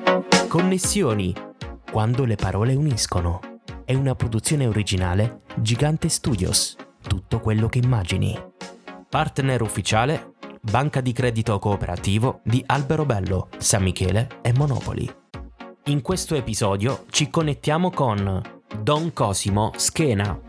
Connessioni, quando le parole uniscono. È una produzione originale Gigante Studios. Tutto quello che immagini. Partner ufficiale Banca di Credito Cooperativo di Alberobello, San Michele e Monopoli. In questo episodio ci connettiamo con Don Cosimo Schena.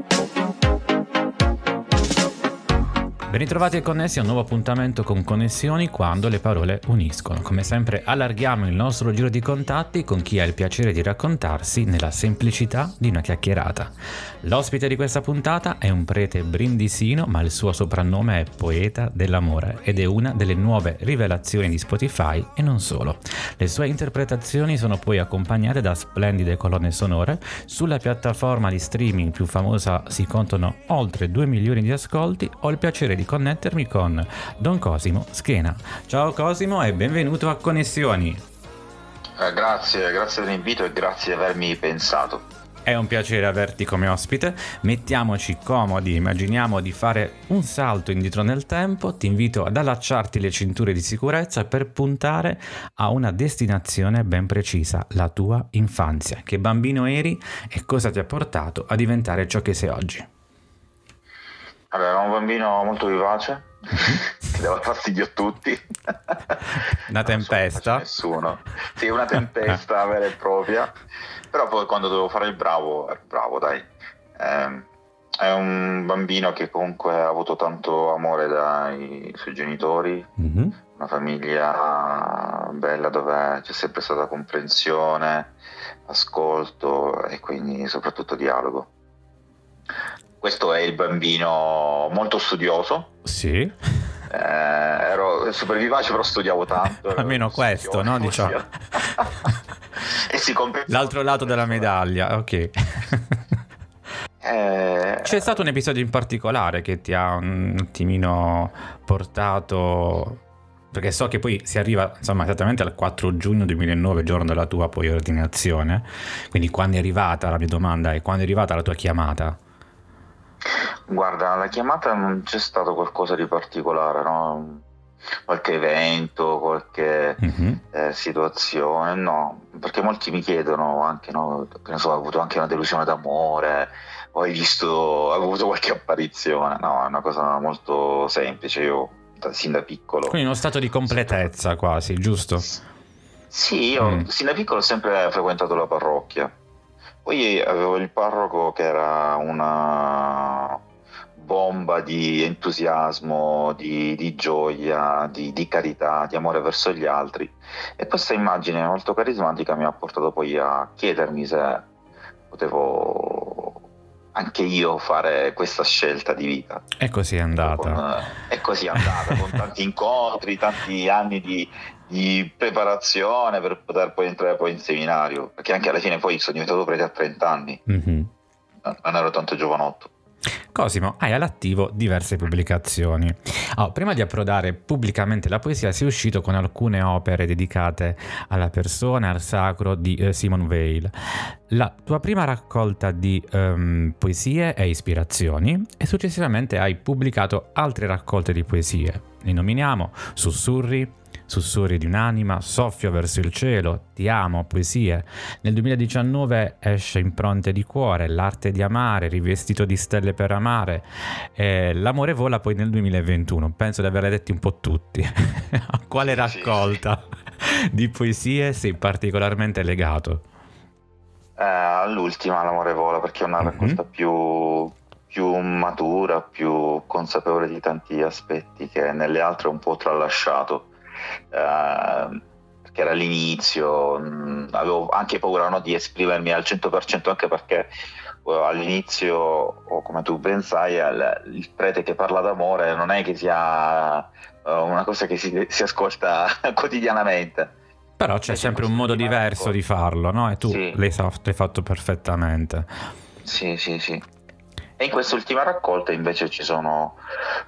Ben ritrovati e connessi a un nuovo appuntamento con Connessioni quando le parole uniscono. Come sempre allarghiamo il nostro giro di contatti con chi ha il piacere di raccontarsi nella semplicità di una chiacchierata. L'ospite di questa puntata è un prete brindisino, ma il suo soprannome è Poeta dell'Amore ed è una delle nuove rivelazioni di Spotify e non solo. Le sue interpretazioni sono poi accompagnate da splendide colonne sonore. Sulla piattaforma di streaming più famosa si contano oltre 2 milioni di ascolti. Ho il piacere di connettermi con Don Cosimo Schena. Ciao Cosimo e benvenuto a Connessioni. Grazie per l'invito e grazie di avermi pensato. È un piacere averti come ospite. Mettiamoci comodi, immaginiamo di fare un salto indietro nel tempo. Ti invito ad allacciarti le cinture di sicurezza per puntare a una destinazione ben precisa, la tua infanzia. Che bambino eri e cosa ti ha portato a diventare ciò che sei oggi? Allora, ero un bambino molto vivace, che dava fastidio a tutti. Una tempesta? Nessuno. Sì, una tempesta vera e propria. Però poi quando dovevo fare il bravo, ero bravo, dai. È un bambino che comunque ha avuto tanto amore dai suoi genitori, una famiglia bella dove c'è sempre stata comprensione, ascolto e quindi soprattutto dialogo. Questo è il bambino molto studioso. Sì. Ero super vivace, però studiavo tanto. Almeno questo, no? Diciamo. E si l'altro lato della medaglia, ok. C'è stato un episodio in particolare che ti ha un attimino portato, perché so che poi si arriva insomma esattamente al 4 giugno 2009, giorno della tua poi ordinazione, quindi quando è arrivata, la mia domanda è quando è arrivata la tua chiamata? Guarda, alla chiamata non c'è stato qualcosa di particolare, no? Qualche evento, qualche situazione, no, perché molti mi chiedono anche, no, che ne so, ho avuto anche una delusione d'amore, o hai avuto qualche apparizione, no, è una cosa molto semplice, io sin da piccolo. Quindi uno stato di completezza quasi, giusto? Sì, io sin da piccolo ho sempre frequentato la parrocchia, poi avevo il parroco che era una bomba di entusiasmo, di gioia, di carità, di amore verso gli altri, e questa immagine molto carismatica mi ha portato poi a chiedermi se potevo anche io fare questa scelta di vita. E così è andata. Con tanti incontri, tanti anni di preparazione per poter poi entrare poi in seminario, perché anche alla fine poi sono diventato prete a 30 anni, non ero tanto giovanotto. Cosimo, hai all'attivo diverse pubblicazioni. Prima di approdare pubblicamente la poesia sei uscito con alcune opere dedicate alla persona, al sacro di Simone Weil. La tua prima raccolta di poesie e ispirazioni, e successivamente hai pubblicato altre raccolte di poesie. Li nominiamo Sussurri di un'anima, Soffio verso il cielo, Ti amo, poesie. Nel 2019 esce Impronte di cuore, L'arte di amare, Rivestito di stelle per amare, L'amore vola poi nel 2021. Penso di averle detti un po' tutti. A quale raccolta di poesie sei particolarmente legato? All'ultima, L'amore vola, perché è una raccolta più matura, più consapevole di tanti aspetti che nelle altre ho un po' tralasciato. Perché era all'inizio, avevo anche paura, no, di esprimermi al 100%, anche perché all'inizio, come tu ben sai, il prete che parla d'amore non è che sia una cosa che si ascolta quotidianamente. Però c'è sempre un modo diverso di farlo, no? E tu l'hai fatto perfettamente. Sì. E in quest'ultima raccolta invece ci sono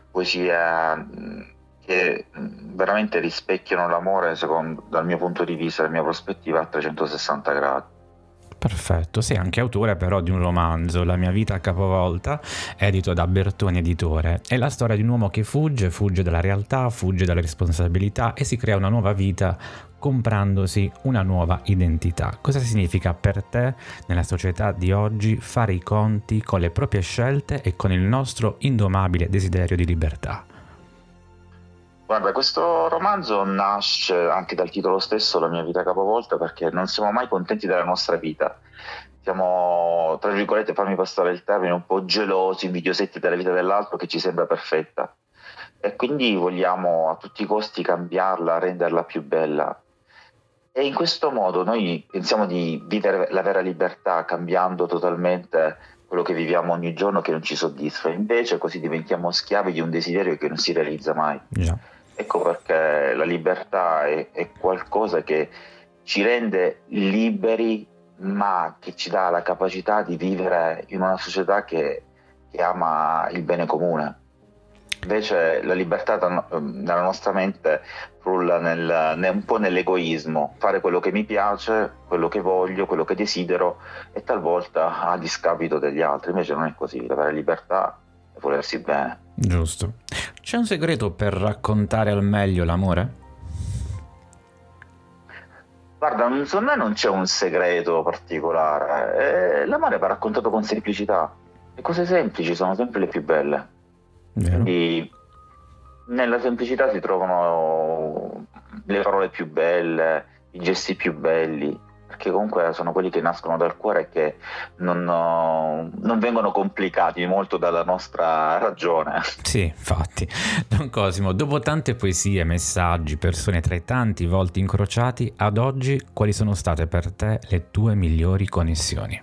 poesie che veramente rispecchiano l'amore, dal mio punto di vista, dalla mia prospettiva, a 360 gradi. Perfetto, sei anche autore però di un romanzo, La mia vita capovolta, edito da Bertoni Editore. È la storia di un uomo che fugge dalla realtà, fugge dalle responsabilità e si crea una nuova vita comprandosi una nuova identità. Cosa significa per te, nella società di oggi, fare i conti con le proprie scelte e con il nostro indomabile desiderio di libertà? Guarda, questo romanzo nasce anche dal titolo stesso, La mia vita capovolta, perché non siamo mai contenti della nostra vita. Siamo, tra virgolette, fammi passare il termine, un po' gelosi, invidiosetti della vita dell'altro che ci sembra perfetta. E quindi vogliamo a tutti i costi cambiarla, renderla più bella. E in questo modo noi pensiamo di vivere la vera libertà, cambiando totalmente quello che viviamo ogni giorno che non ci soddisfa. Invece così diventiamo schiavi di un desiderio che non si realizza mai. Yeah. Ecco perché la libertà è qualcosa che ci rende liberi, ma che ci dà la capacità di vivere in una società che ama il bene comune. Invece la libertà nella nostra mente frulla un po' nell'egoismo, fare quello che mi piace, quello che voglio, quello che desidero, e talvolta a discapito degli altri. Invece non è così, avere libertà è volersi bene. Giusto. C'è un segreto per raccontare al meglio l'amore? Guarda, secondo me non c'è un segreto particolare. L'amore va raccontato con semplicità. Le cose semplici sono sempre le più belle. Vero. Quindi nella semplicità si trovano le parole più belle, i gesti più belli, perché comunque sono quelli che nascono dal cuore e che non vengono complicati molto dalla nostra ragione. Sì, infatti. Don Cosimo, dopo tante poesie, messaggi, persone tra i tanti volti incrociati, ad oggi quali sono state per te le tue migliori connessioni?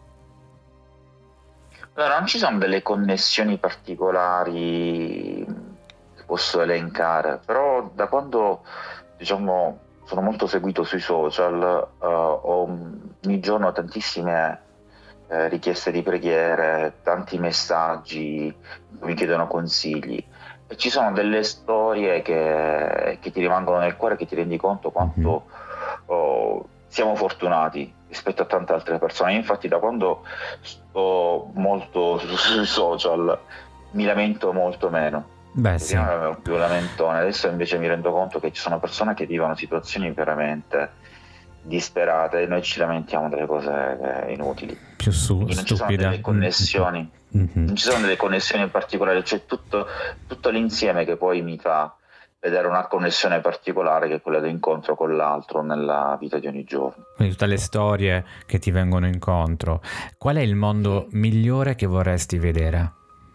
Allora, non ci sono delle connessioni particolari che posso elencare, però da quando, diciamo, sono molto seguito sui social, ho ogni giorno tantissime richieste di preghiere, tanti messaggi, mi chiedono consigli, e ci sono delle storie che ti rimangono nel cuore, che ti rendi conto quanto siamo fortunati rispetto a tante altre persone. Infatti da quando sto molto sui social mi lamento molto meno. Beh, sì. Prima avevo più lamentone, adesso invece mi rendo conto che ci sono persone che vivono situazioni veramente disperate e noi ci lamentiamo delle cose inutili. Più non stupide. Ci sono delle connessioni, non ci sono delle connessioni in particolare, c'è tutto l'insieme che poi mi fa vedere una connessione particolare, che è quella dell'incontro con l'altro nella vita di ogni giorno. Quindi tutte le storie che ti vengono incontro. Qual è il mondo migliore che vorresti vedere?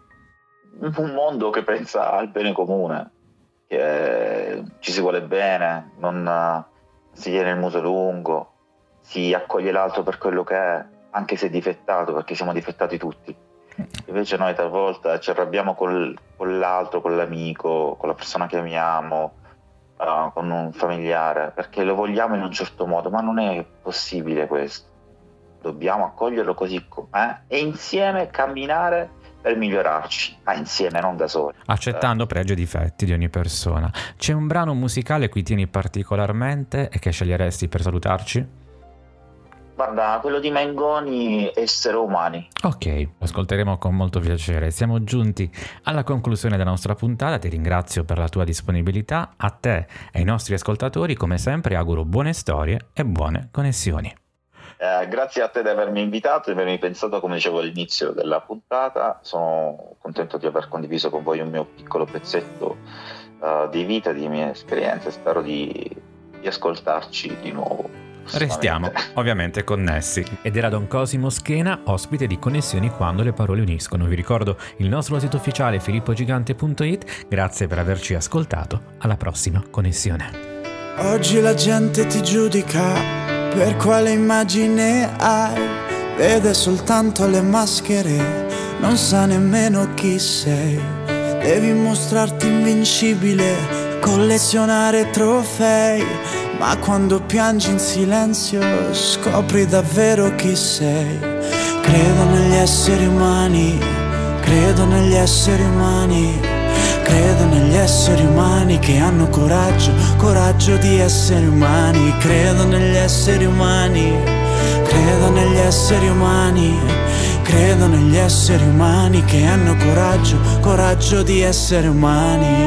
Un mondo che pensa al bene comune, che ci si vuole bene, non si tiene il muso lungo, si accoglie l'altro per quello che è, anche se è difettato, perché siamo difettati tutti. Invece noi talvolta ci arrabbiamo con l'altro, con l'amico, con la persona che amiamo, con un familiare, perché lo vogliamo in un certo modo, ma non è possibile questo. Dobbiamo accoglierlo così com'è e insieme camminare per migliorarci, ma insieme, non da soli. Accettando pregi e difetti di ogni persona. C'è un brano musicale a cui tieni particolarmente e che sceglieresti per salutarci? Guarda, quello di Mengoni, Essere umani. Ok, lo ascolteremo con molto piacere. Siamo giunti alla conclusione della nostra puntata, ti ringrazio per la tua disponibilità. A te e ai nostri ascoltatori, come sempre, auguro buone storie e buone connessioni. Grazie a te di avermi invitato e avermi pensato, come dicevo all'inizio della puntata. Sono contento di aver condiviso con voi un mio piccolo pezzetto di vita, di mie esperienze. Spero di ascoltarci di nuovo. Restiamo ovviamente connessi. Ed era Don Cosimo Schena, ospite di Connessioni quando le parole uniscono. Vi ricordo il nostro sito ufficiale filippogigante.it. Grazie per averci ascoltato. Alla prossima connessione. Oggi la gente ti giudica per quale immagine hai, vede soltanto le maschere, non sa nemmeno chi sei. Devi mostrarti invincibile, collezionare trofei, ma quando piangi in silenzio scopri davvero chi sei. Credo negli esseri umani, credo negli esseri umani, credo negli esseri umani che hanno coraggio di essere umani. Credo negli esseri umani, Credo negli esseri umani, credo negli esseri umani che hanno coraggio, coraggio di essere umani.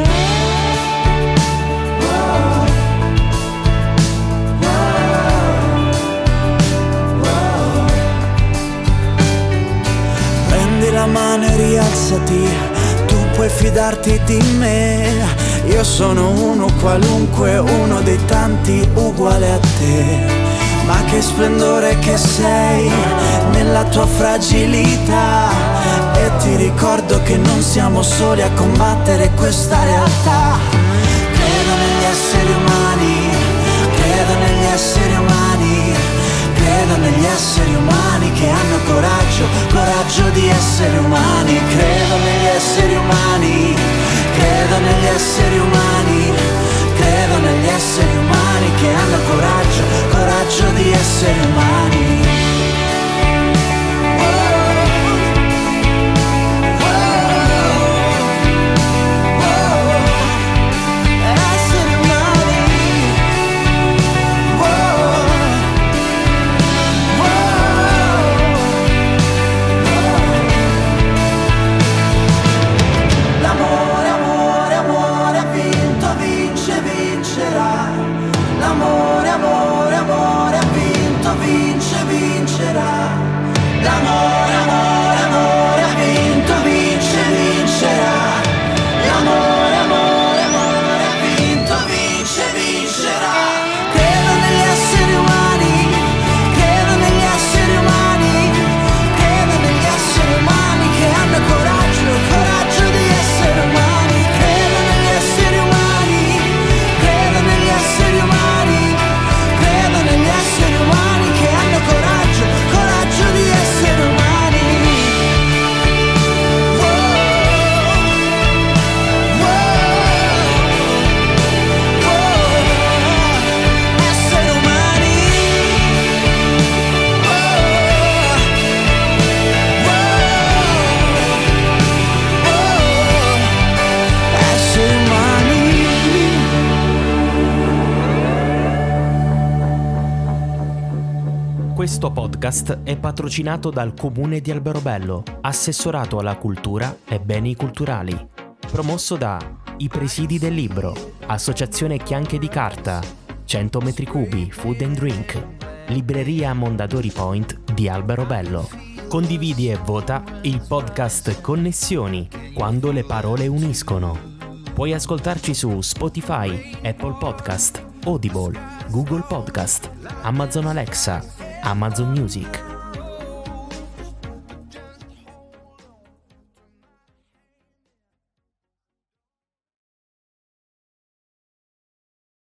Prendi la mano e rialzati, tu puoi fidarti di me. Io sono uno qualunque, uno dei tanti uguale a te. Ma che splendore che sei nella tua fragilità. E ti ricordo che non siamo soli a combattere questa realtà. Credo negli esseri umani, credo negli esseri umani, credo negli esseri umani che hanno coraggio, coraggio di essere umani. Credo negli esseri umani, credo negli esseri umani, credo negli esseri umani che hanno coraggio, coraggio di essere umani. Esseri umani. L'amore, amore, amore ha vinto, vince, vincerà. L'amore, amore, amore ha vinto, vince, vincerà. L'amore, amore, amore ha vinto, vince, vincerà. L'amore, amore, amore ha vinto, vince, vincerà. Credo negli esseri umani, credo negli esseri umani, credo negli esseri umani che hanno coraggio, coraggio di essere umani. Credo negli esseri umani, credo negli esseri umani, credo negli esseri umani che hanno coraggio, coraggio di essere umani. Esseri umani. Esseri umani. Questo podcast è patrocinato dal Comune di Alberobello, assessorato alla cultura e beni culturali. Promosso da I Presidi del Libro, Associazione Chianche di Carta, 100 metri cubi Food and Drink, Libreria Mondadori Point di Alberobello. Condividi e vota il podcast Connessioni, quando le parole uniscono. Puoi ascoltarci su Spotify, Apple Podcast, Audible, Google Podcast, Amazon Alexa, Amazon Music,